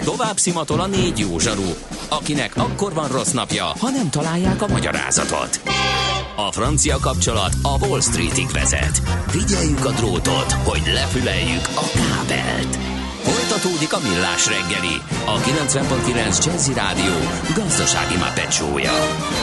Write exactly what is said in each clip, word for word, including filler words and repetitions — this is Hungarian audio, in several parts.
Tovább szimatol a négy jó zsaru, akinek akkor van rossz napja, ha nem találják a magyarázatot. A francia kapcsolat a Wall Streetig vezet. Figyeljük a drótot, hogy lefüleljük a kábelt. Folytatódik a Millás reggeli, a kilencven pont kilenc Jazzy Rádió gazdasági mápecsója.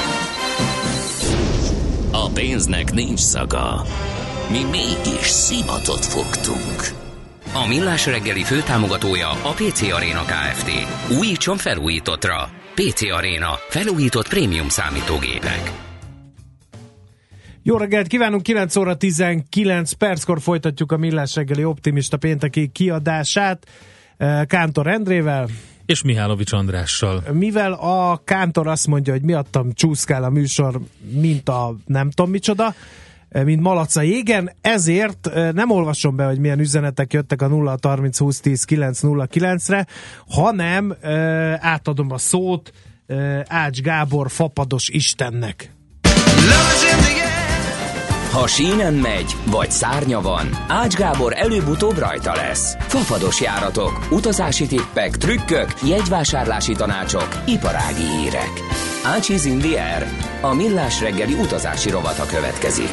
A pénznek nincs szaga. Mi mégis szimatot fogtunk. A Millás reggeli főtámogatója a pé cé Arena Kft. Újítson felújítottra. pé cé Arena. Felújított prémium számítógépek. Jó reggelt kívánunk, kilenc óra tizenkilenc perckor folytatjuk a Millás reggeli optimista pénteki kiadását Kántor Endrével és Mihálovics Andrással. Mivel a Kántor azt mondja, hogy miattam csúszkál a műsor, mint a nem tudom micsoda, mint malac a jégen, ezért nem olvasom be, hogy milyen üzenetek jöttek a nulla harminc húsz tíz kilenc nulla kilencre, hanem átadom a szót Ács Gábor fapados istennek. Ha sínen megy, vagy szárnya van, Ács Gábor előbb-utóbb rajta lesz. Fafados járatok, utazási tippek, trükkök, jegyvásárlási tanácsok, iparági hírek. Ácsiz in the air. A Millás reggeli utazási rovata következik.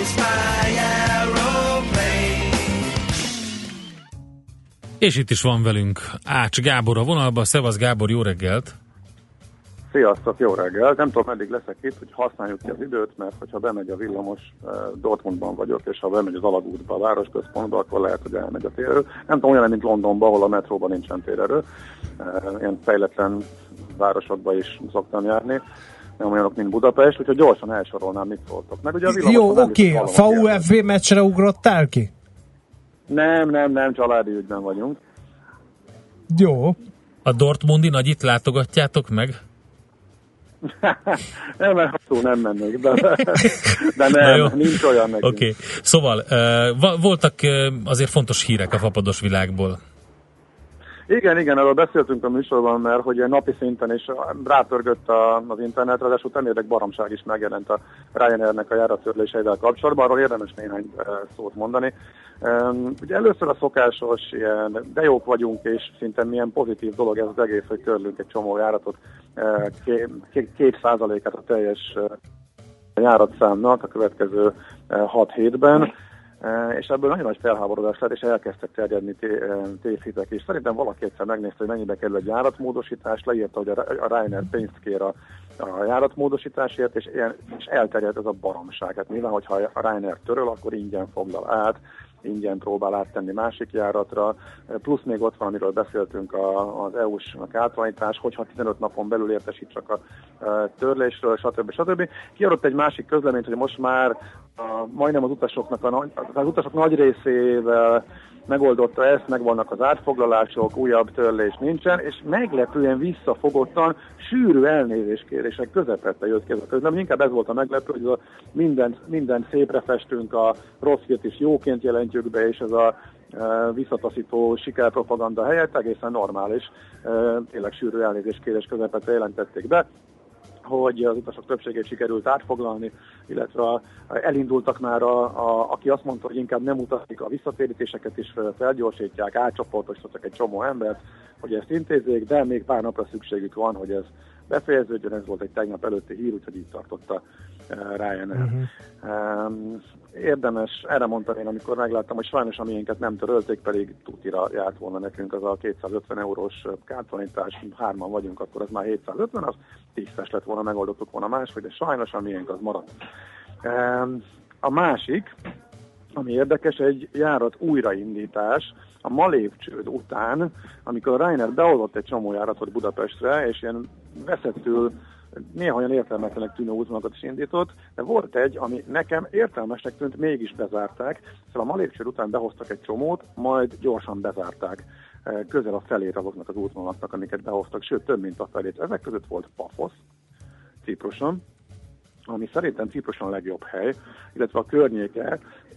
És itt is van velünk Ács Gábor a vonalban. Szevasz Gábor, jó reggelt! Sziasztok, jó reggel! Nem tudom, meddig leszek itt, hogy használjuk ki az időt, mert hogyha bemegy a villamos, Dortmundban vagyok, és ha bemegy az alagútba, a városközpontba, akkor lehet, hogy elmegy a térerő. Nem tudom, olyan, mint Londonban, ahol a metróban nincsen térerő. Ilyen fejletlen városokban is szoktam járni. Nem olyanok, mint Budapest, úgyhogy gyorsan elsorolnám, mit szóltok. Meg ugye a jó, oké, okay. ef u ef bé meccsre ugrottál ki? Nem, nem, nem, családi ügyben vagyunk. Jó. A dortmundi nagyit látogatjátok meg? nem, mert nem mennék, de, de nem, nincs olyan nekünk. Oké, okay. Szóval uh, voltak uh, azért fontos hírek a fapados világból. Igen, igen, erről beszéltünk a műsorban, mert hogy napi szinten is rátörgött a, az internetre, de utána érdek baromság is megjelent a Ryanairnek a járattörléseivel kapcsolatban, arról érdemes néhány szót mondani. Um, ugye először a szokásos ilyen, de jók vagyunk, és szinte milyen pozitív dolog ez az egész, hogy törlünk egy csomó járatot, két százalékát a teljes járatszámnak a következő hat hétben. És ebből nagyon nagy felháborodás lett, és elkezdtek terjedni tévhitek is. Szerintem valaki egyszer megnézte, hogy mennyibe kerül egy járatmódosítás, leírta, hogy a Ryanair pénzt kér a, a járatmódosításért, és, ilyen, és elterjedt ez a baromság. Hát nyilván, hogyha a Ryanair töröl, akkor ingyen foglal át, ingyen próbál áttenni másik járatra, plusz még ott van, amiről beszéltünk a, az é u-s átalakítás, hogyha tizenöt napon belül értesít csak a, a törlésről, stb. stb. Kiadott egy másik közleményt, hogy most már a, majdnem az utasoknak a, az utasok nagy részével megoldotta ezt, megvannak az átfoglalások, újabb törlés nincsen, és meglepően visszafogottan sűrű elnézéskérések közepette jött ki ez a közlemény. Inkább ez volt a meglepő, hogy a minden, minden szépre festünk, a rossz hírt is jóként jelentjük be, és ez a e, visszataszító sikerpropaganda helyett egészen normális, e, tényleg sűrű elnézéskérés közepette jelentették be, hogy az utasok többségét sikerült átfoglalni, illetve elindultak már, a, a, aki azt mondta, hogy inkább nem utazik, a visszatérítéseket is felgyorsítják, átcsoportosítottak egy csomó embert, hogy ezt intézzék, de még pár napra szükségük van, hogy ez befejeződjön, ez volt egy tegnap előtti hír, úgyhogy így tartotta uh, Ryanair. Uh-huh. Um, érdemes, erre mondtam én, amikor megláttam, hogy sajnos a miénket nem törölték, pedig tutira járt volna nekünk az a kétszázötven eurós kártalanítás, hárman vagyunk, akkor az már hétszázötven, az tízes lett volna, megoldottuk volna máshogy, de sajnos a miénk az maradt. Um, a másik, ami érdekes, egy járat újraindítás, a Malév-csőd után, amikor a Ryanair beoldott egy csomó járatot Budapestre, és ilyen veszettül néha olyan értelmetlenek tűnő útvonalakat is indított, de volt egy, ami nekem értelmesnek tűnt, mégis bezárták. Szóval a Malév-csőd után behoztak egy csomót, majd gyorsan bezárták közel a felét azoknak az útvonalaknak, amiket behoztak, sőt több, mint a felét. Ezek között volt Paphos, Cipruson, ami szerintem Cipruson a legjobb hely, illetve a környéke.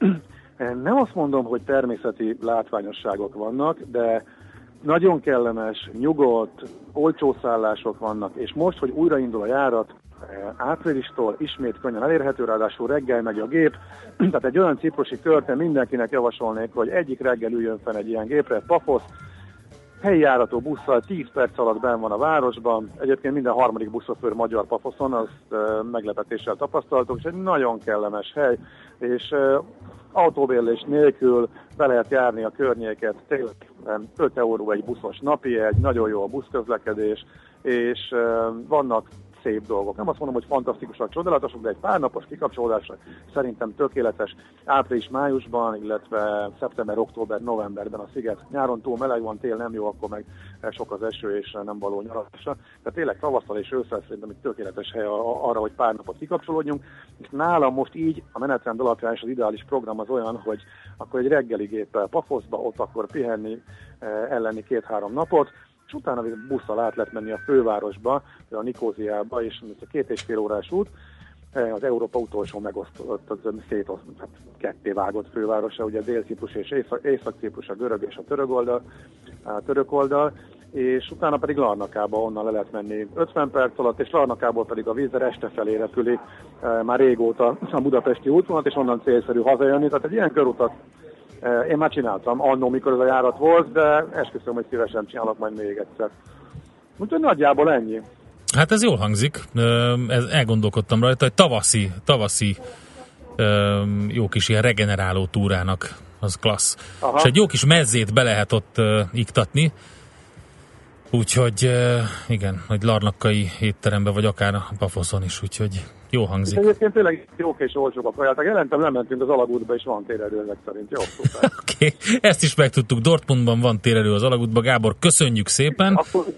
Nem azt mondom, hogy természeti látványosságok vannak, de nagyon kellemes, nyugodt, olcsó szállások vannak, és most, hogy újraindul a járat, áprilistól ismét könnyen elérhető, ráadásul reggel megy a gép, tehát egy olyan ciprusi körte mindenkinek javasolnék, hogy egyik reggel üljön fel egy ilyen gépre, Paphos, helyi járató busszal tíz perc alatt benn van a városban. Egyébként minden harmadik buszsofőr magyar Pafoszon, azt uh, meglepetéssel tapasztaltuk, és egy nagyon kellemes hely, és uh, autóbérlés nélkül be lehet járni a környéket, tényleg öt euró egy buszos napi, egy nagyon jó a buszközlekedés, és uh, vannak szép dolgok. Nem azt mondom, hogy fantasztikusak, csodálatosok, de egy pár napos kikapcsolódásra szerintem tökéletes április-májusban, illetve szeptember, október, novemberben a sziget. Nyáron túl meleg van, tél nem jó, akkor meg sok az eső és nem való nyaralásra. Tehát tényleg tavasszal és ősszel szerintem egy tökéletes hely arra, hogy pár napot kikapcsolódjunk. És nálam most így a menetrend alapján és az ideális program az olyan, hogy akkor egy reggeli géppel Pafoszba, ott akkor pihenni, ellenni két-három napot, és utána busszal át lehet menni a fővárosba, a Nikóziába, és ez a két és fél órás út, az Európa utolsó megosztott, szétosz, hát ketté vágott fővárosa, ugye Dél-Ciprus és Észak-Ciprus, a görög és a török oldal, a török oldal, és utána pedig Larnakába onnan le lehet menni ötven perc alatt, és Larnakából pedig a vízre este felé repüli már régóta a budapesti útvonalat, és onnan célszerű hazajönni, tehát egy ilyen körutat én már csináltam annó, mikor ez a járat volt, de esküszöm, hogy szívesen csinálok majd még egyszer. Úgyhogy nagyjából ennyi. Hát ez jól hangzik, ez, elgondolkodtam rajta, hogy tavaszi, tavaszi jó kis ilyen regeneráló túrának, az klassz. Aha. És egy jó kis mezzét be lehet ott iktatni, úgyhogy igen, hogy larnakai étterembe, vagy akár a Pafoszon is, úgyhogy jó hangzik. És egyébként tényleg jók és olcsók a kajátok. Jelentem, lementünk az alagútba, és van térerő ezek szerint. Jó, szuper. Oké, okay. Ezt is megtudtuk. Dortmundban van térerő az alagútba. Gábor, köszönjük szépen.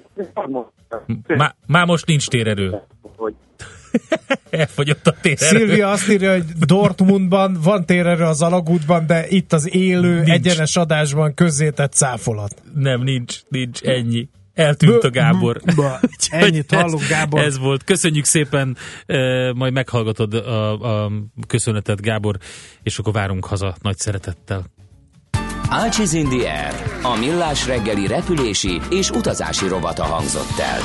Má, már most nincs térerő. Hogy? Elfogyott a térerő. Szilvia azt írja, hogy Dortmundban van térerő az alagútban, de itt az élő, nincs. Egyenes adásban közzétett cáfolat. Nem, nincs, nincs, ennyi. Eltűnt a Gábor. Ennyit hallunk, Gábor. Ez volt. Köszönjük szépen, e, majd meghallgatod a, a köszönetet, Gábor, és akkor várunk haza nagy szeretettel. Ácsiz in the Air, a millás reggeli repülési és utazási rovata hangzott el.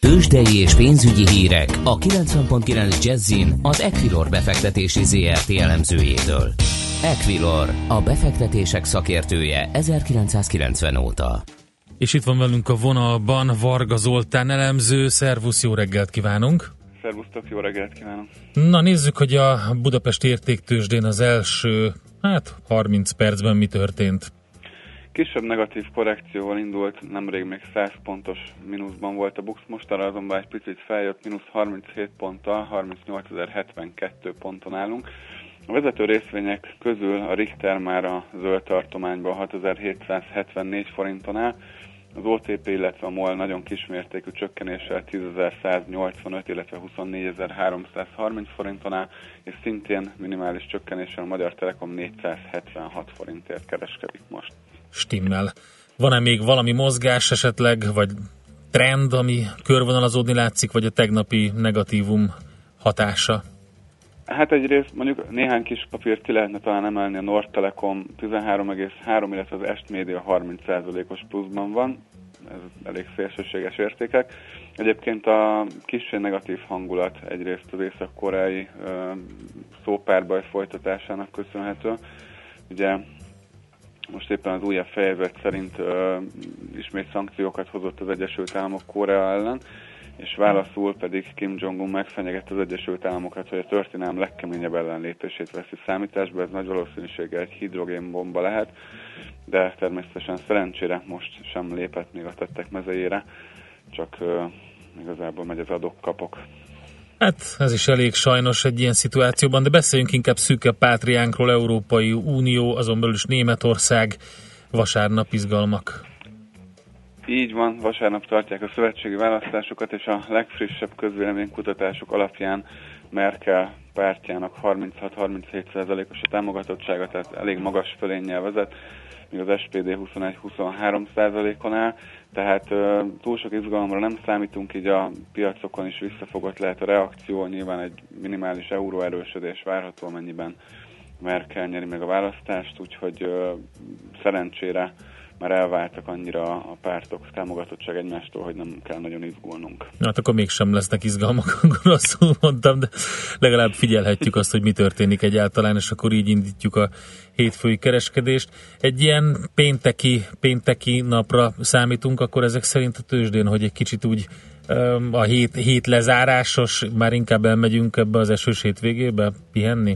Tőzsdei és pénzügyi hírek a kilencven pont kilenc Jazzin az Equilor befektetési zé er té elemzőjétől. Equilor, a befektetések szakértője ezerkilencszázkilencven óta. És itt van velünk a vonalban Varga Zoltán elemző. Szervusz, jó reggelt kívánunk! Szervusztok, jó reggelt kívánok! Na nézzük, hogy a Budapesti Értéktőzsdén az első, hát harminc percben mi történt. Kisebb negatív korrekcióval indult, nemrég még száz pontos mínuszban volt a BUX, mostanra azonban egy picit feljött, mínusz harminchét ponttal, harmincnyolcezer-hetvenkettő ponton állunk. A vezető részvények közül a Richter már a zöld tartományban hatezer-hétszázhetvennégy forinton áll, az o té pé, illetve a MOL nagyon kismértékű csökkenéssel tízezer-száznyolcvanöt, illetve huszonnégyezer-háromszázharminc forinton áll, és szintén minimális csökkenéssel a Magyar Telekom négyszázhetvenhat forintért kereskedik most. Stimmel. Van-e még valami mozgás esetleg, vagy trend, ami körvonalazódni látszik, vagy a tegnapi negatívum hatása? Hát egyrészt mondjuk néhány kis papírt ki lehetne talán emelni, a Nord Telekom tizenhárom egész három, illetve az Est Média harminc százalékos pluszban van, ez elég szélsőséges értékek. Egyébként a kissé negatív hangulat egyrészt az észak-koreai ö, szópárbaj folytatásának köszönhető. Ugye most éppen az újabb fejezet szerint ö, ismét szankciókat hozott az Egyesült Államok Korea ellen, és válaszul pedig Kim Jong-un megfenyegette az Egyesült Államokat, hogy a történelem legkeményebb ellenlépését veszi számításba. Ez nagy valószínűséggel egy hidrogénbomba lehet, de természetesen szerencsére most sem lépett még a tettek mezejére, csak uh, igazából megy az adok-kapok. Hát ez is elég sajnos egy ilyen szituációban, de beszéljünk inkább szűkebb pátriánkról, Európai Unió, azon belül is Németország, vasárnap izgalmak. Így van, vasárnap tartják a szövetségi választásokat, és a legfrissebb közvéleménykutatások alapján Merkel pártjának harminchat-harminchét százalékos a támogatottsága, tehát elég magas fölénnyel vezet, míg az es pé dé huszonegy-huszonhárom százalékon áll, tehát uh, túl sok izgalomra nem számítunk, így a piacokon is visszafogott lehet a reakció, nyilván egy minimális euróerősödés várható, amennyiben Merkel nyeri meg a választást, úgyhogy uh, szerencsére már elváltak annyira a pártok támogatottság egymástól, hogy nem kell nagyon izgulnunk. Hát akkor mégsem lesznek izgalmak, akkor rosszul mondtam, de legalább figyelhetjük azt, hogy mi történik egyáltalán, és akkor így indítjuk a hétfői kereskedést. Egy ilyen pénteki, pénteki napra számítunk, akkor ezek szerint a tőzsdén, hogy egy kicsit úgy a hét, hét lezárásos, már inkább elmegyünk ebbe az esős hétvégébe pihenni?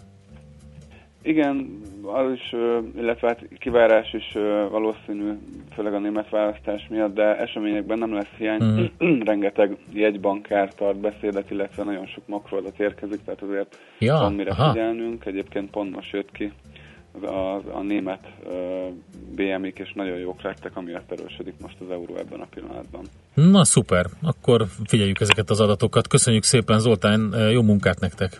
Igen, az is, illetve hát kivárás is valószínű, főleg a német választás miatt, de eseményekben nem lesz hiány. Mm. Rengeteg jegybankár tart beszédet, illetve nagyon sok makroadat érkezik, tehát azért ja, van mire aha. figyelnünk. Egyébként pont most jött ki a, a, a német bé em i-k, és nagyon jók lettek, amiatt erősödik most az euró ebben a pillanatban. Na szuper, akkor figyeljük ezeket az adatokat. Köszönjük szépen, Zoltán, jó munkát nektek!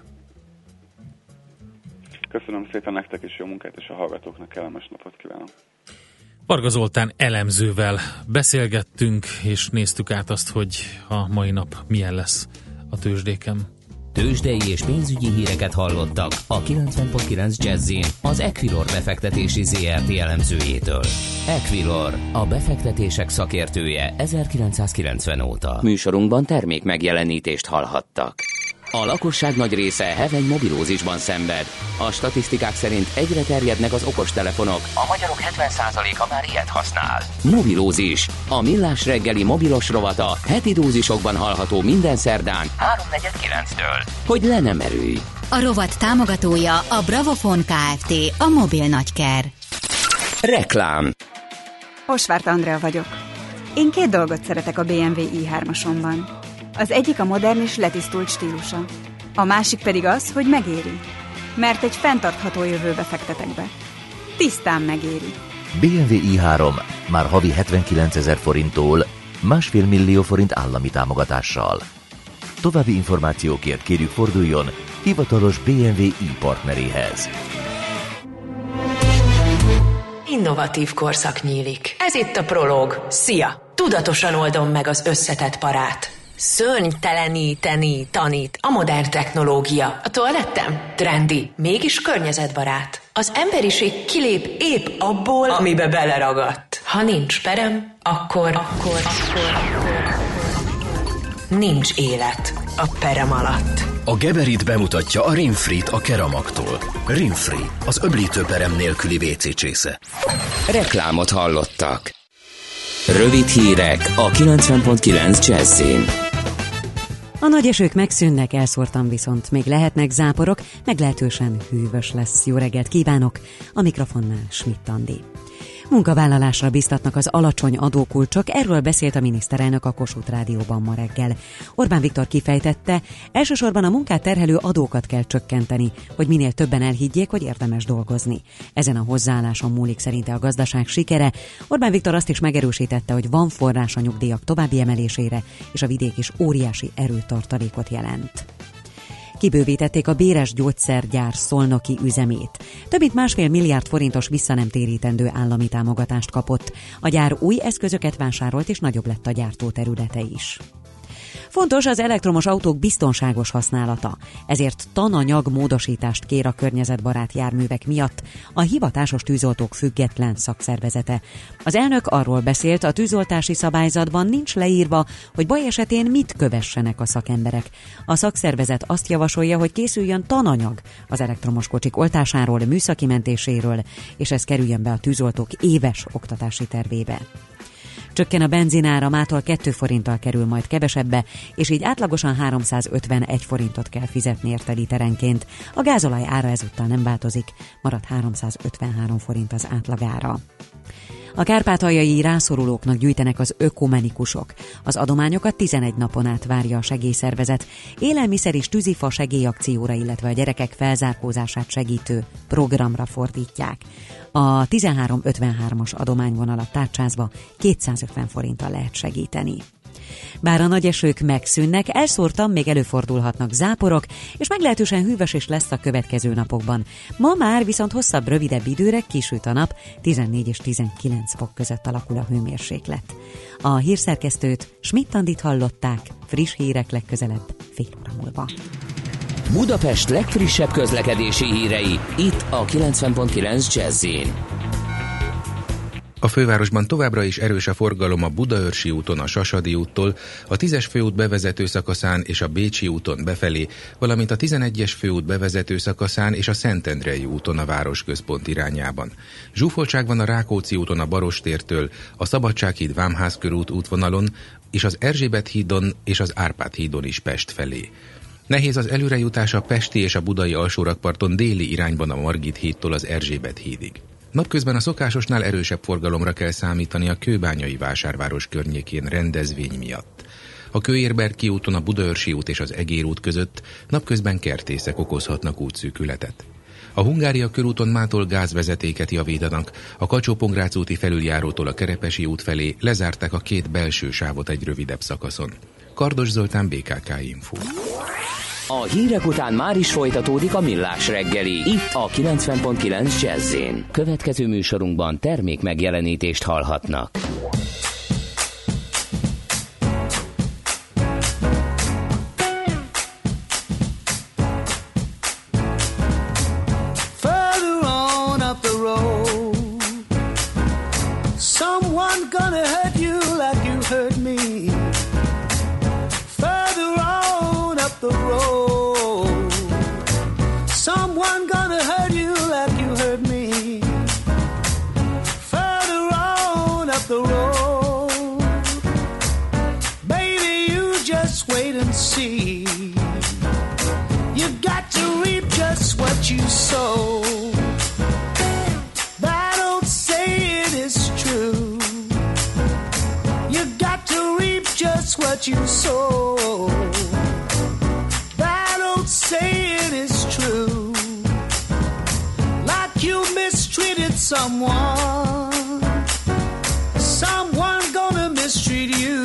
Köszönöm szépen nektek is, jó munkát, és a hallgatóknak kellemes napot kívánok. Varga Zoltán elemzővel beszélgettünk, és néztük át azt, hogy a mai nap milyen lesz a tőzsdéken. Tőzsdei és pénzügyi híreket hallottak a kilencven pont kilenc Jazzin az Equilor befektetési zé er té elemzőjétől. Equilor, a befektetések szakértője ezerkilencszázkilencven óta. Műsorunkban termék megjelenítést hallhattak. A lakosság nagy része heveny mobilózisban szenved. A statisztikák szerint egyre terjednek az okostelefonok. A magyarok hetven százaléka már ilyet használ. Mobilózis. A millás reggeli mobilos rovata heti dózisokban hallható minden szerdán háromnegyed kilenctől. Hogy le nem erőj. A rovat támogatója a Bravofon Kft. A mobil nagyker. Reklám. Osvárt Andrea vagyok. Én két dolgot szeretek a bé em vé i hármasomban. Az egyik a modern és letisztult stílusa. A másik pedig az, hogy megéri. Mert egy fenntartható jövőbe fektetek be. Tisztán megéri. bé em vé i három már havi hetvenkilencezer forinttól másfél millió forint állami támogatással. További információkért kérjük forduljon hivatalos bé em vé i partneréhez. Innovatív korszak nyílik. Ez itt a Prolog. Szia! Tudatosan oldom meg az összetett parát. Szörnyteleníteni tanít a modern technológia. A toalettem trendi, mégis környezetbarát. Az emberiség kilép épp abból, amibe beleragadt. Ha nincs perem, akkor... akkor, akkor, akkor. nincs élet a perem alatt. A Geberit bemutatja a Rinfrit a Keramaktól. Rinfri, az öblítőperem nélküli vé cé csésze. Reklámot hallottak. Rövid hírek a kilencven pont kilenc Jazzin. A nagy esők megszűnnek, elszórtan viszont még lehetnek záporok, meglehetősen hűvös lesz. Jó reggelt kívánok! A mikrofonnál Schmidt Andi. Munkavállalásra biztatnak az alacsony adókulcsok, erről beszélt a miniszterelnök a Kossuth Rádióban ma reggel. Orbán Viktor kifejtette, elsősorban a munkát terhelő adókat kell csökkenteni, hogy minél többen elhiggyék, hogy érdemes dolgozni. Ezen a hozzáálláson múlik szerinte a gazdaság sikere. Orbán Viktor azt is megerősítette, hogy van forrás a nyugdíjak további emelésére, és a vidék is óriási erőtartalékot jelent. Kibővítették a Béres gyógyszergyár szolnoki üzemét. Több mint másfél milliárd forintos visszanemtérítendő állami támogatást kapott. A gyár új eszközöket vásárolt, és nagyobb lett a gyártóterülete is. Fontos az elektromos autók biztonságos használata, ezért tananyag módosítást kér a környezetbarát járművek miatt a hivatásos tűzoltók független szakszervezete. Az elnök arról beszélt, a tűzoltási szabályzatban nincs leírva, hogy baj esetén mit kövessenek a szakemberek. A szakszervezet azt javasolja, hogy készüljön tananyag az elektromos kocsik oltásáról, műszaki mentéséről, és ez kerüljön be a tűzoltók éves oktatási tervébe. Csökken a benzinára, mától két forinttal kerül majd kevesebbe, és így átlagosan háromszázötvenegy forintot kell fizetni érte literenként. A gázolaj ára ezúttal nem változik, marad háromszázötvenhárom forint az átlagára. A kárpátaljai rászorulóknak gyűjtenek az ökumenikusok. Az adományokat tizenegy napon át várja a segélyszervezet. Élelmiszer és tűzifa segélyakcióra, illetve a gyerekek felzárkózását segítő programra fordítják. A tizenhárom ötvenhármas adományvonalat tárcsázva kétszázötven forinttal lehet segíteni. Bár a nagy esők megszűnnek, elszórtan még előfordulhatnak záporok, és meglehetősen hűvös is lesz a következő napokban. Ma már viszont hosszabb, rövidebb időre kisüt a nap, tizennégy és tizenkilenc fok között alakul a hőmérséklet. A hírszerkesztőt, Schmidt Andit hallották, friss hírek legközelebb fél óra múlva. Budapest legfrissebb közlekedési hírei, itt a kilencven pont kilenc Jazzin. A fővárosban továbbra is erős a forgalom a Budaörsi úton a Sasadi úttól, a tízes főút bevezető szakaszán és a Bécsi úton befelé, valamint a tizenegyes főút bevezető szakaszán és a Szentendrei úton a városközpont irányában. Zsúfoltság van a Rákóczi úton a Barostértől, a Szabadsághíd Vámház körút útvonalon és az Erzsébet hídon és az Árpád hídon is Pest felé. Nehéz az előrejutás a pesti és a budai alsórakparton déli irányban a Margit hídtól az Erzsébet hídig. Napközben a szokásosnál erősebb forgalomra kell számítani a kőbányai vásárváros környékén rendezvény miatt. A Kőérberki úton a Budaörsi út és az Egér út között napközben kertészek okozhatnak útszűkületet. A Hungária körúton mától gázvezetéket javítanak, a Kacsó-Pongrác úti felüljárótól a Kerepesi út felé lezárták a két belső sávot egy rövidebb szakaszon. Kardos Zoltán, bé ká ká Info. A hírek után már is folytatódik a Millás reggeli, itt a kilencven pont kilenc Jazzin. Következő műsorunkban termék megjelenítést hallhatnak. Further on up the road, someone gonna hurt you like you hurt me. Further on up the road, someone gonna hurt you like you hurt me. Further on up the road, baby, you just wait and see. You got to reap just what you sow. That old saying is true. You got to reap just what you sow. That old saying is true. Like you mistreated someone, someone gonna mistreat you.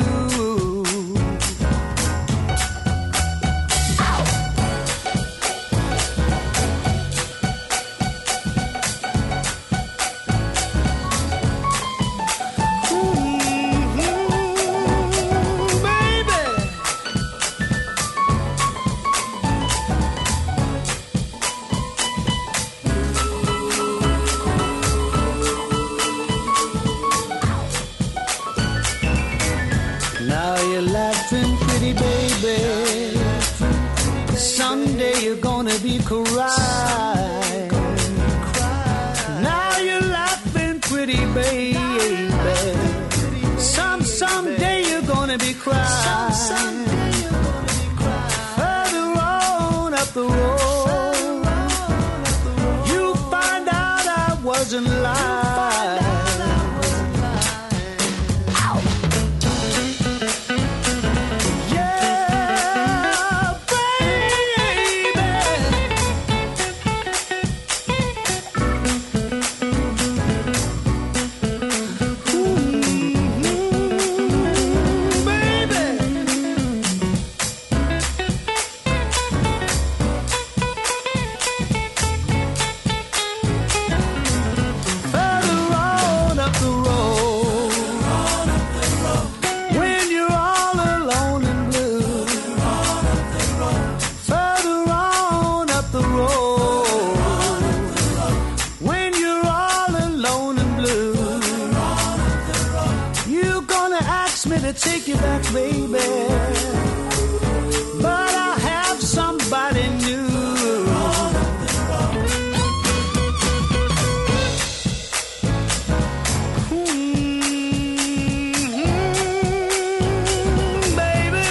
someday you're gonna be crying. Now you're laughing pretty, baby. Some someday you're gonna be crying. Further on up the road, you find out I wasn't lying. Take you back, baby, but I have somebody new. Mm-hmm, baby.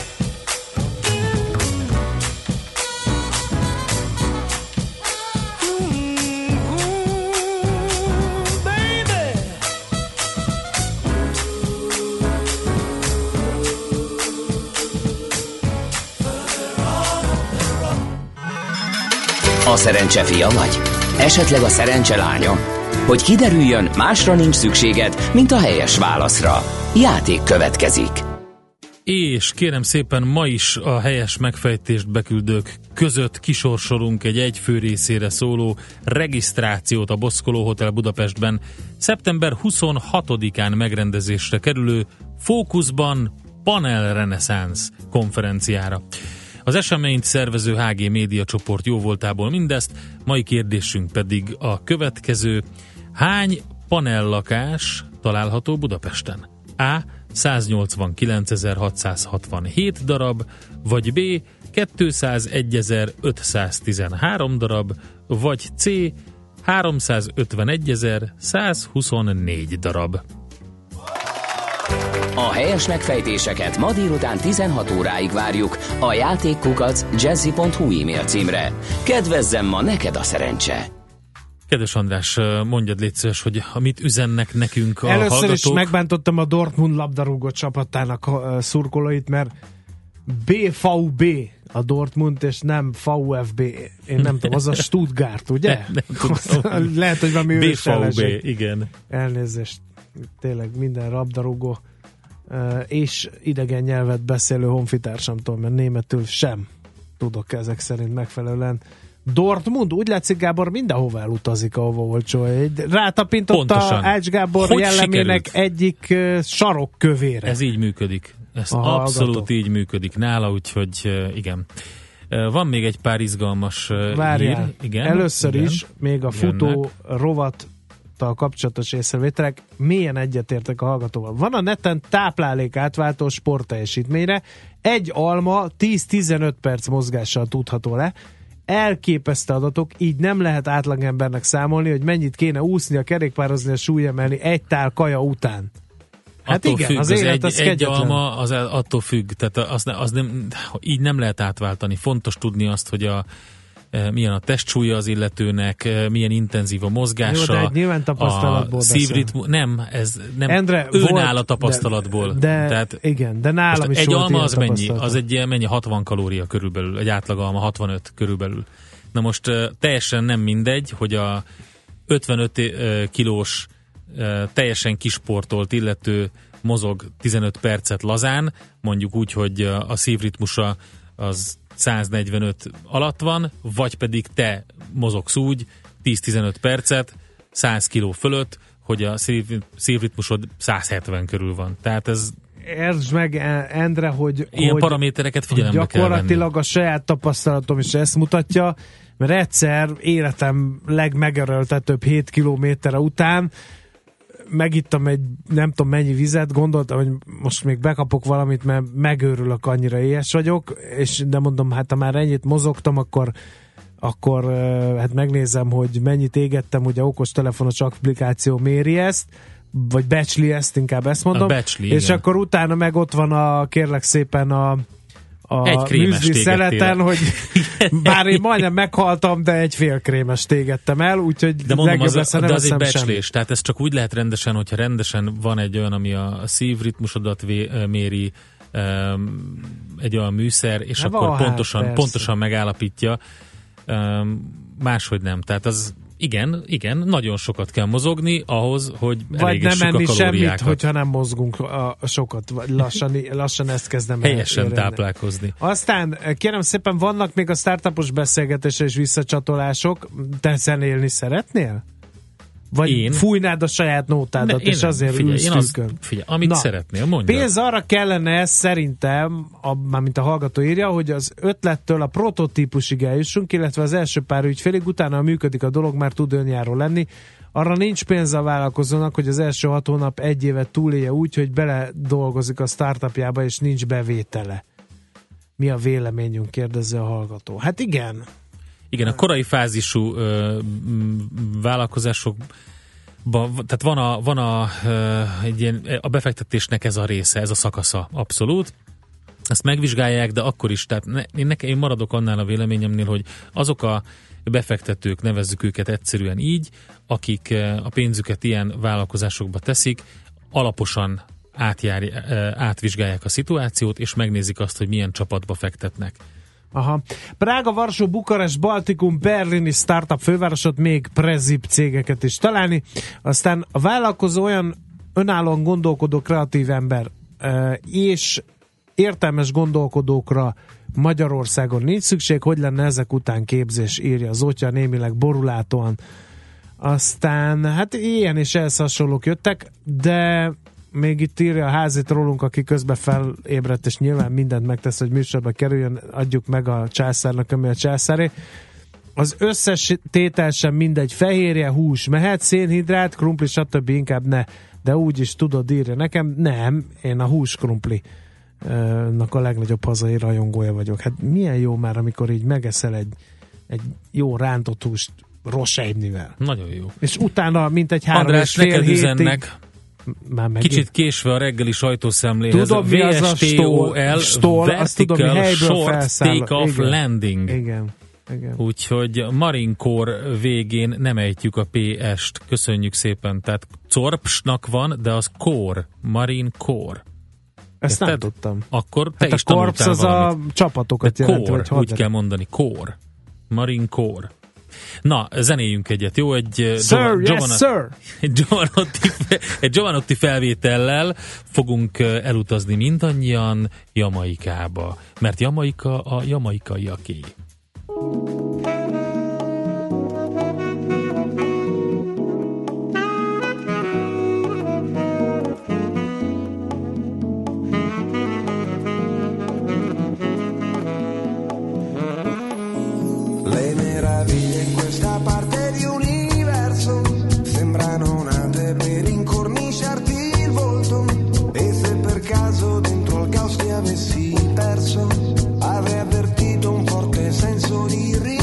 Mm-hmm, baby. A szerencse fia vagy? Esetleg a szerencse lánya? Hogy kiderüljön, másra nincs szükséged, mint a helyes válaszra. Játék következik. És kérem szépen, ma is a helyes megfejtést beküldők között kisorsolunk egy egyfő részére szóló regisztrációt a Boszkoló Hotel Budapestben szeptember huszonhatodikán megrendezésre kerülő Fókuszban Panel Reneszánsz konferenciára. Az eseményt szervező há gé Média csoport jóvoltából mindezt, mai kérdésünk pedig a következő: hány panellakás található Budapesten? A. száznyolcvankilencezer-hatszázhatvanhét darab, vagy B. kétszázegyezer-ötszáztizenhárom darab, vagy C. háromszázötvenegyezer-százhuszonnégy darab. A helyes megfejtéseket ma délután tizenhat óráig várjuk a játékkukac jazzy pont hu e-mail címre. Kedvezzem ma neked a szerencse! Kedves András, mondjad légy szíves, hogy mit üzennek nekünk a Először hallgatók. Először is megbántottam a Dortmund labdarúgó csapatának szurkolóit, mert bé vé bé a Dortmund, és nem vé ef bé. Én nem tudom, az a Stuttgart, ugye? Nem, nem Lehet, hogy valami bé ős vé bé, ellenség. igen. Elnézést, tényleg minden labdarúgó és idegen nyelvet beszélő honfitársamtól, mert németül sem tudok ezek szerint megfelelően. Dortmund, úgy látszik, Gábor mindenhova elutazik, ahova olcsó. Rátapintott a Ács Gábor hogy jellemének sikerült? Egyik sarokkövére. Ez így működik. Ez a abszolút hallgató. így működik nála, úgyhogy igen. Van még egy pár izgalmas Várjál, hír. Igen, először igen. is még a futó Jönnek. rovattal kapcsolatos észrevételek, mélyen egyetértek a hallgatóval. Van a neten táplálék átváltó sportteljesítményre, egy alma tíz-tizenöt perc mozgással tudható le. Elképesztő adatok, így nem lehet átlagembernek számolni, hogy mennyit kéne úszni, a kerékpározni, a súlyemelni egy tál kaja után. Hát attól igen, függ, az, az élet egy, az egy kegyetlen. alma az attól függ, tehát az, az nem, így nem lehet átváltani. Fontos tudni azt, hogy a, milyen a testsúlya az illetőnek, milyen intenzív a mozgása. Jó, de egy nyilván tapasztalatból a szívritmus, nem, ez nem Endre, ő volt, nála tapasztalatból. De, de tehát igen, de nálam is egy volt alma az mennyi? tapasztalat. Az egy ilyen mennyi hatvan kalória körülbelül, egy átlag alma hatvanöt körülbelül. Na most uh, teljesen nem mindegy, hogy a ötvenöt uh, kilós uh, teljesen kisportolt illető mozog tizenöt percet lazán, mondjuk úgy, hogy uh, a szívritmusa az száznegyvenöt alatt van, vagy pedig te mozogsz úgy tíz-tizenöt percet száz kiló fölött, hogy a szív, szívritmusod száz hetven körül van. Tehát ez Értsd meg, Endre, hogy ilyen hogy paramétereket figyelembe kell venni. Gyakorlatilag a saját tapasztalatom is ezt mutatja, mert egyszer életem legmegerőltetőbb hét kilométerre után megittam egy nem tudom mennyi vizet, gondoltam, hogy most még bekapok valamit, mert megőrülök, annyira éhes vagyok, és de mondom, hát ha már ennyit mozogtam, akkor akkor hát megnézem, hogy mennyit égettem, ugye okostelefonos applikáció méri ezt, vagy becsli ezt, inkább ezt mondom. Becsli, és igen. akkor utána meg ott van a, kérlek szépen a a műzli szeleten, hogy bár én majdnem meghaltam, de egy fél krémest égettem el, úgyhogy de mondom, az, lesz, de az egy becslés, semmit. Tehát ez csak úgy lehet rendesen, hogyha rendesen van egy olyan, ami a szívritmusodat méri, egy olyan műszer, és de akkor van, pontosan, hát, pontosan megállapítja, máshogy nem. Tehát az igen, igen, nagyon sokat kell mozogni ahhoz, hogy elégessük a kalóriákat. Vagy nem enni semmit, hogyha nem mozgunk a, a sokat, vagy lassan, lassan ezt kezdem helyesen érni. táplálkozni. Aztán kérem szépen, vannak még a startupos beszélgetésre és visszacsatolások. Te zenélni szeretnél? Vagy én? Fújnád a saját nótádat, ne, és azért figyelj, ülsz én az, figyelj, amit Na, szeretnél, mondjad. Pénz arra kellene szerintem, a, mármint a hallgató írja, hogy az ötlettől a prototípusig eljussunk, illetve az első pár ügyfélig, utána ha működik a dolog, már tud önjáró lenni. Arra nincs pénz a vállalkozónak, hogy az első hat hónap egy évet túlélje úgy, hogy bele dolgozik a startupjába, és nincs bevétele. Mi a véleményünk, kérdezi a hallgató. Hát igen. Igen, a korai fázisú ö, vállalkozások, tehát van a, van a, ö, egy ilyen, a befektetésnek ez a része, ez a szakasza, abszolút. Ezt megvizsgálják, de akkor is, tehát ne, én, nekem, én maradok annál a véleményemnél, hogy azok a befektetők, nevezzük őket egyszerűen így, akik a pénzüket ilyen vállalkozásokba teszik, alaposan átjár, átvizsgálják a szituációt, és megnézik azt, hogy milyen csapatba fektetnek. Aha. Prága, Varsó, Bukarest, Baltikum, berlini startup fővárosot, még prezip cégeket is találni. Aztán a vállalkozó olyan önállóan gondolkodó kreatív ember, és értelmes gondolkodókra Magyarországon nincs szükség, hogy lenne ezek után képzés, írja Zótya némileg borulátóan. Aztán hát ilyen és ehhez hasonlók jöttek, de még itt írja a házit rólunk, aki közben felébredt, és nyilván mindent megtesz, hogy műsorba kerüljön, adjuk meg a császárnak, ami a császáré. Az összes tétel sem mindegy, fehérje, hús mehet, szénhidrát, krumpli, stb. Inkább ne. De úgy is tudod, írja nekem, nem, én a hús krumpli nak a legnagyobb hazai rajongója vagyok. Hát milyen jó már, amikor így megeszel egy, egy jó rántott húst rosejnivel. Nagyon jó. És utána, mint egy három András, és fél neked hétig, üzennek. Kicsit késve a reggeli sajtószemléhez. Tudom, mi az a stól, stól azt tudom, mi helyből Short Take-Off Landing. Igen. Igen. Úgyhogy Marine Corps végén nem ejtjük a pé est. Köszönjük szépen. Tehát Corpsnak van, de az Corps. Marine Corps. Ezt nem tudtam. Akkor te hát is a Corps az valamit. A csapatokat jelenti. Corps, úgy kell mondani. Corps. Marine Corps. Na, zenéljünk egyet, jó? Egy sir, Giov- yes, sir. Egy Giovanotti, egy Giovanotti felvétellel fogunk elutazni mindannyian Jamaikába, mert Jamaika a jamaikaiaké. Le meraviglie in questa parte di universo sembrano nate per incorniciarti il volto, e se per caso dentro al caos ti avessi perso, avrei avvertito un forte senso di ritorno.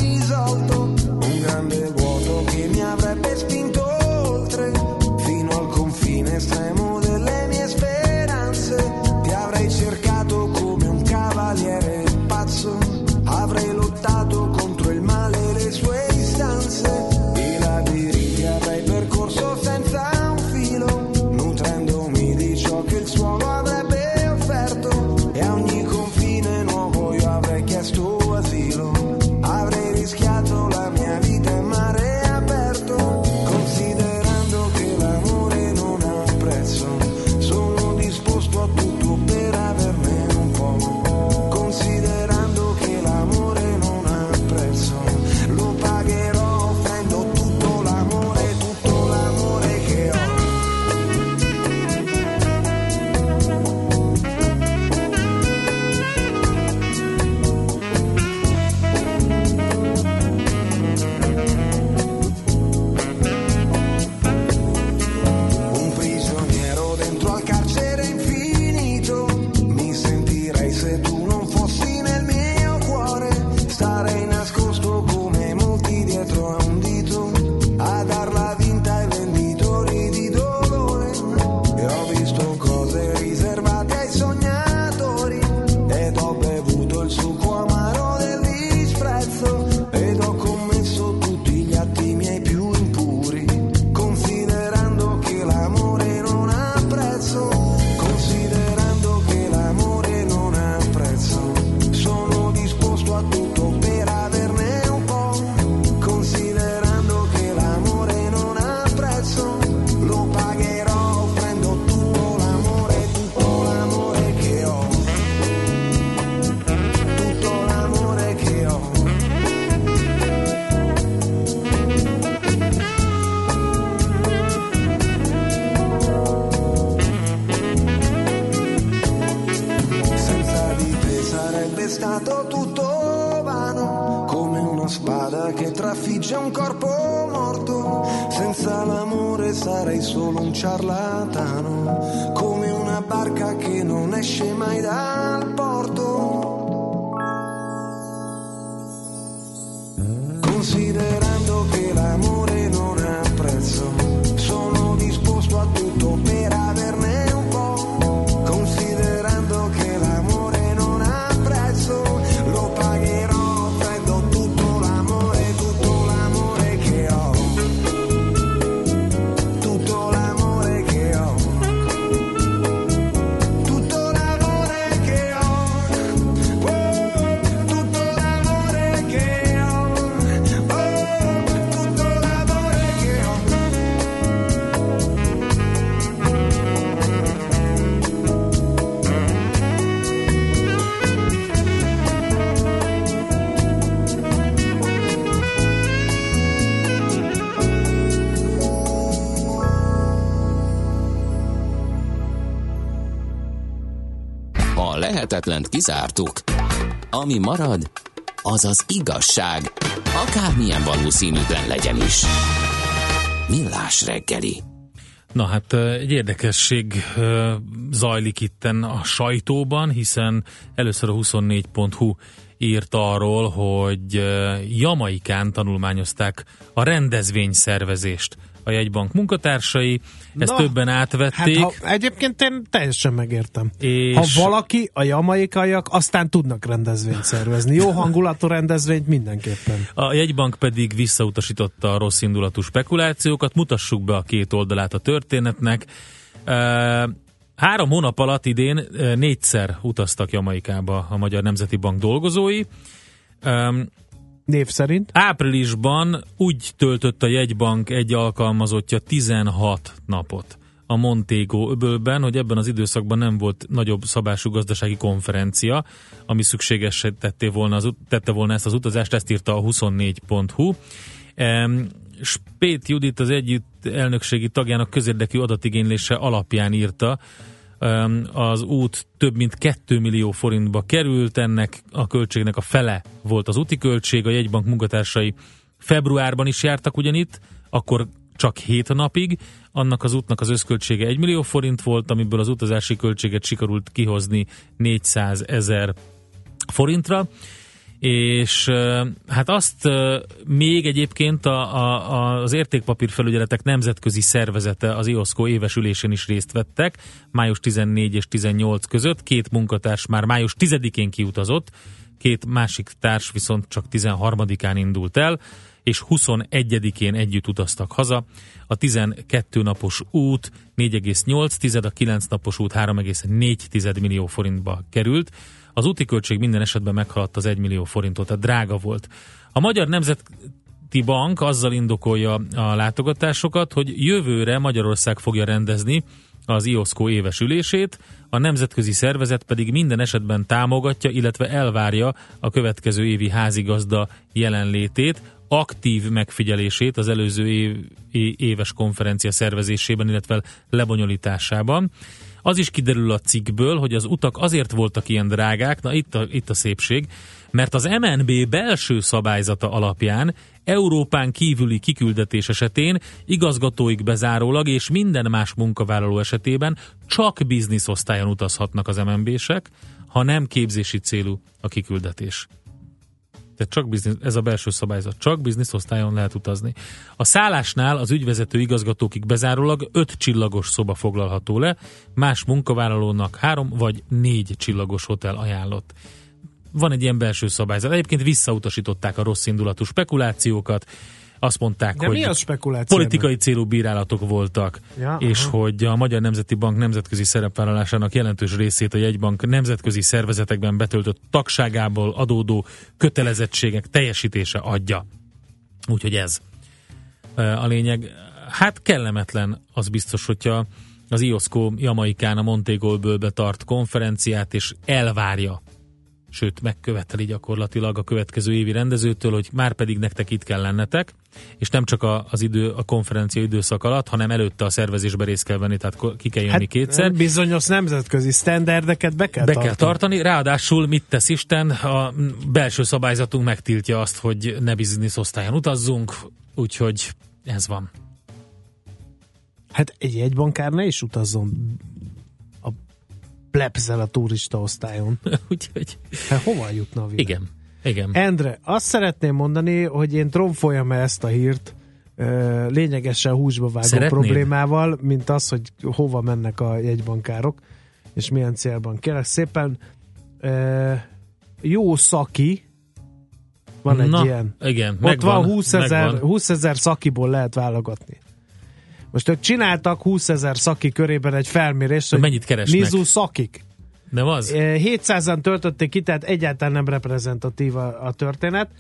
sarebbe stato tutto vano, come una spada che trafigge un corpo morto. Senza l'amore sarei solo un ciarlatano, come una barca che non esce mai dal porto. Considerando che l'amore non ha prezzo, sono disposto a tutto per averne un po'. Considerando che l'amore non ha prezzo, lo pagherò, prendo tutto l'amore, tutto l'amore che ho, tutto l'amore che ho, tutto l'amore che ho, oh, tutto l'amore che ho, oh, tutto l'amore che ho. A lehetetlent kizártuk. Ami marad, az az igazság, akármilyen valószínűtlen legyen is. Millás reggeli. Na hát egy érdekesség zajlik itten a sajtóban, hiszen először a huszonnégy pont hu írt arról, hogy Jamaikán tanulmányozták a rendezvényszervezést a jegybank munkatársai, ezt Na, többen átvették. Hát, ha, egyébként én teljesen megértem. És... Ha valaki, a jamaikaiak aztán tudnak rendezvényt szervezni. Jó hangulatú rendezvényt mindenképpen. A jegybank pedig visszautasította a rossz indulatú spekulációkat. Mutassuk be a két oldalát a történetnek. Három hónap alatt idén négyszer utaztak Jamaikába a Magyar Nemzeti Bank dolgozói. Név szerint? Áprilisban úgy töltött a jegybank egy alkalmazottja tizenhat napot a Montego öbölben, hogy ebben az időszakban nem volt nagyobb szabású gazdasági konferencia, ami szükséges tette volna, az, tette volna ezt az utazást, ezt írta a huszonnégy pont hu. Spét Judit az együtt elnökségi tagjának közérdekű adatigénylése alapján írta, az út több mint két millió forintba került, ennek a költségnek a fele volt az úti költség, a jegybank munkatársai februárban is jártak ugyanitt, akkor csak hét napig, annak az útnak az összköltsége egy millió forint volt, amiből az utazási költséget sikerült kihozni négyszázezer forintra, és hát azt még egyébként a, a, az értékpapírfelügyeletek nemzetközi szervezete, az i o esz cé o éves ülésén is részt vettek, május tizennégy és tizennyolc között, két munkatárs már május tizedikén kiutazott, két másik társ viszont csak tizenharmadikán indult el, és huszonegyedikén együtt utaztak haza. A tizenkét napos út négy egész nyolc tized, a kilenc napos út három egész négy tized millió forintba került. Az úti költség minden esetben meghaladta az egy millió forintot, tehát drága volt. A Magyar Nemzeti Bank azzal indokolja a látogatásokat, hogy jövőre Magyarország fogja rendezni az i o esz cé o éves ülését, a nemzetközi szervezet pedig minden esetben támogatja, illetve elvárja a következő évi házigazda jelenlétét, aktív megfigyelését az előző év, éves konferencia szervezésében, illetve lebonyolításában. Az is kiderül a cikkből, hogy az utak azért voltak ilyen drágák, na itt a, itt a szépség, mert az em en bé belső szabályzata alapján Európán kívüli kiküldetés esetén igazgatóik bezárólag és minden más munkavállaló esetében csak bizniszosztályon utazhatnak az em en bé-sek, ha nem képzési célú a kiküldetés. Tehát csak biznisz, ez a belső szabályzat, csak bizniszosztályon lehet utazni. A szállásnál az ügyvezető igazgatókig bezárólag öt csillagos szoba foglalható le, más munkavállalónak három vagy négy csillagos hotel ajánlott. Van egy ilyen belső szabályzat. Egyébként visszautasították a rossz indulatú spekulációkat, azt mondták, de hogy politikai célú bírálatok voltak, ja, és aha. hogy a Magyar Nemzeti Bank nemzetközi szerepvállalásának jelentős részét a jegybank nemzetközi szervezetekben betöltött tagságából adódó kötelezettségek teljesítése adja. Úgyhogy ez a lényeg. Hát kellemetlen, az biztos, hogyha az i o esz cé o Jamaikán a Montego-bölbe tart konferenciát, és elvárja sőt megköveteli gyakorlatilag a következő évi rendezőtől, hogy már pedig nektek itt kell lennetek, és nem csak a, az idő, a konferencia időszak alatt, hanem előtte a szervezésbe részt kell venni, tehát ki kell jönni hát, kétszer. Bizonyos nemzetközi sztenderdeket be kell be tartani. kell tartani, ráadásul mit tesz Isten, a belső szabályzatunk megtiltja azt, hogy ne business osztályon utazzunk, úgyhogy ez van. Hát egy jegybankár ne is utazzon a plebszel a turista osztályon. Úgyhogy... Hát hova jutna a világ? Igen, igen. Endre, azt szeretném mondani, hogy én tromfoljam ezt a hírt lényegesen húsba vágó Szeretnéd? problémával, mint az, hogy hova mennek a jegybankárok, és milyen célban. Kérlek szépen, jó szaki, van egy Na, ilyen. Igen, Ott megvan, van húszezer szakiból lehet válogatni. Most ők csináltak húszezer szaki körében egy felmérést, hogy mennyit keresnek? Mizu szakik. Nem az? hétszázan töltötték ki, tehát egyáltalán nem reprezentatív a, a történet.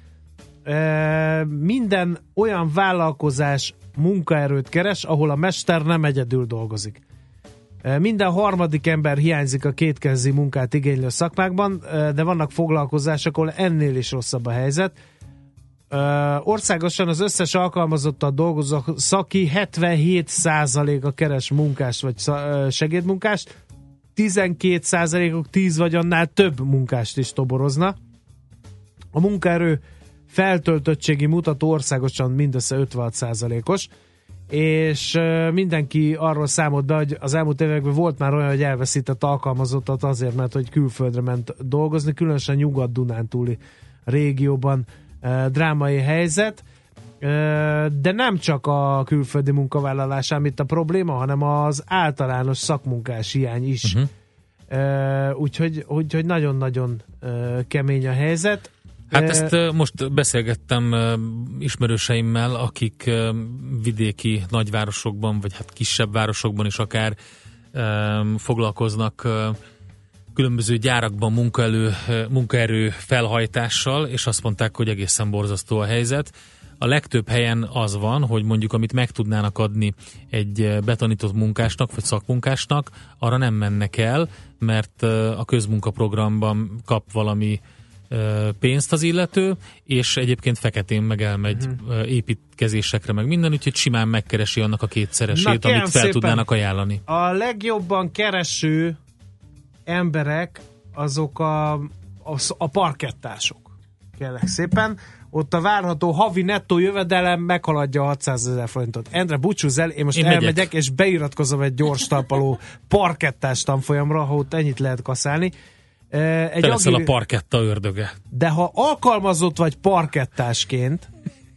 E, minden olyan vállalkozás munkaerőt keres, ahol a mester nem egyedül dolgozik. E, minden harmadik ember hiányzik a kétkezi munkát igénylő szakmákban, e, de vannak foglalkozások, ahol ennél is rosszabb a helyzet. Uh, országosan az összes alkalmazottan dolgozó szaki hetvenhét százaléka keres munkást vagy segédmunkást, tizenkét százalékok tíz vagy annál több munkást is toborozna. A munkaerő feltöltöttségi mutató országosan mindössze ötvenhat százalékos, és uh, mindenki arról számolt be, hogy az elmúlt években volt már olyan, hogy elveszített alkalmazottat azért, mert hogy külföldre ment dolgozni, különösen Nyugat-Dunántúli régióban drámai helyzet, de nem csak a külföldi munkavállalás, amit a probléma, hanem az általános szakmunkás hiány is. Uh-huh. Úgyhogy, úgyhogy nagyon-nagyon kemény a helyzet. Hát ezt most beszélgettem ismerőseimmel, akik vidéki nagyvárosokban, vagy hát kisebb városokban is akár foglalkoznak különböző gyárakban munkaerő, munkaerő felhajtással, és azt mondták, hogy egészen borzasztó a helyzet. A legtöbb helyen az van, hogy mondjuk amit meg tudnának adni egy betanított munkásnak, vagy szakmunkásnak, arra nem mennek el, mert a közmunkaprogramban kap valami pénzt az illető, és egyébként feketén meg elmegy uh-huh. építkezésekre, meg minden, úgyhogy simán megkeresi annak a kétszeresét, Na, amit fel szépen, tudnának ajánlani. A legjobban kereső emberek azok a, a, a parkettások. Kérlek szépen. Ott a várható havi nettó jövedelem meghaladja hatszázezer forintot. Endre, búcsúzz el, én most én elmegyek, megyek. És beiratkozom egy gyors talpaló parkettás tanfolyamra, ha ott ennyit lehet kaszálni. Egy Te leszel agil... a parketta ördöge. De ha alkalmazott vagy parkettásként,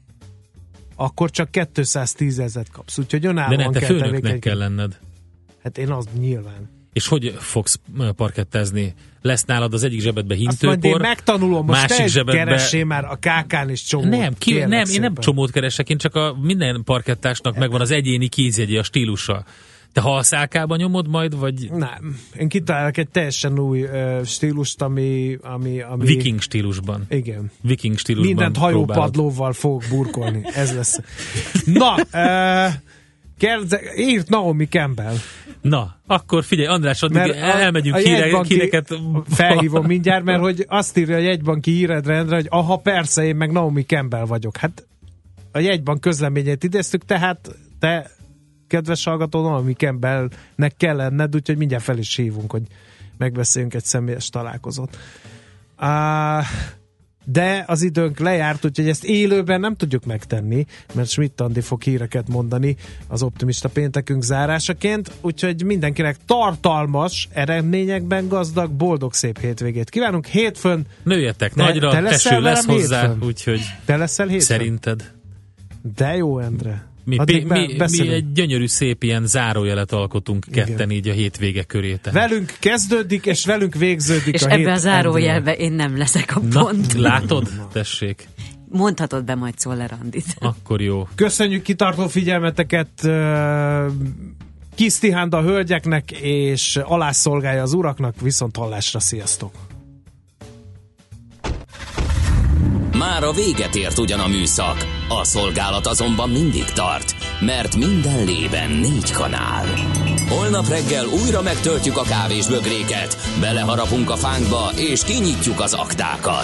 akkor csak kétszáztízezret kapsz. Úgyhogy önállóan De nem, te kell főnöknek kell lenned. Hát én az nyilván. És hogy fogsz parkettázni? Lesz nálad az egyik zsebedbe hintőpor, azt majd én megtanulom, most másik te zsebedbe... keressél már a ká kán is csomót. Nem, ki, nem én nem csomót keresek, én csak a minden parkettásnak megvan az egyéni kézjegye, a stílusa. Te halszálkában nyomod majd, vagy... Nem, én kitalálok egy teljesen új uh, stílust, ami, ami, ami... Viking stílusban. Igen. Viking stílusban mindent hajópadlóval fogok burkolni. Ez lesz. Na, uh, kérde, írt Naomi Campbell. Na, akkor figyelj, András, addig mert elmegyünk híre, híreket... Felhívom mindjárt, mert hogy azt írja a jegybanki híredrendre, hogy aha, persze, én meg Naomi Campbell vagyok. Hát a jegybank közleményét idéztük, tehát te, kedves hallgató, Naomi Campbellnek kell lenned, úgyhogy mindjárt fel is hívunk, hogy megbeszéljünk egy személyes találkozót. Uh, de az időnk lejárt, úgyhogy ezt élőben nem tudjuk megtenni, mert Schmidt Andi fog híreket mondani az optimista péntekünk zárásaként, úgyhogy mindenkinek tartalmas, eredményekben gazdag, boldog, szép hétvégét kívánunk. Hétfőn... Nőjetek te, nagyra, te teső lesz hozzá, hétfőn? Úgyhogy... Te leszel hétfőn? Szerinted? De jó, Endre. Mi, mi, mi, mi egy gyönyörű, szép ilyen zárójelet alkotunk ketten. Igen. Így a hétvége köré. Tehát. Velünk kezdődik, és velünk végződik és a hét. És ebben a zárójelben én nem leszek a pont. Na, látod? Tessék. Mondhatod be majd Czoller Andit. Akkor jó. Köszönjük kitartó figyelmeteket uh, Kisztihánda a hölgyeknek, és alászolgálja az uraknak, viszont hallásra, sziasztok! Már a véget ért ugyan a műszak, a szolgálat azonban mindig tart, mert minden lében négy kanál. Holnap reggel újra megtöltjük a kávés bögréket, beleharapunk a fánkba és kinyitjuk az aktákat.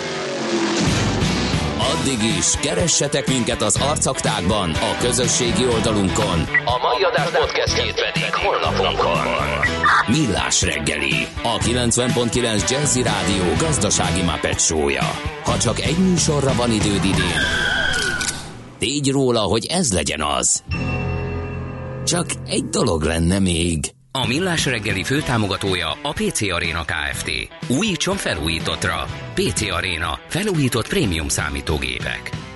Addig is keressetek minket az arcaktákban, a közösségi oldalunkon. A mai adás podcastjét pedig honlapunkon. Millás reggeli, a kilencven pont kilenc Jazzy Rádió gazdasági Muppet show-ja. Ha csak egy műsorra van időd idén, tégy róla, hogy ez legyen az. Csak egy dolog lenne még. A Millás reggeli főtámogatója a pé cé Arena Kft. Újítson felújítottra. pé cé Arena. Felújított prémium számítógépek.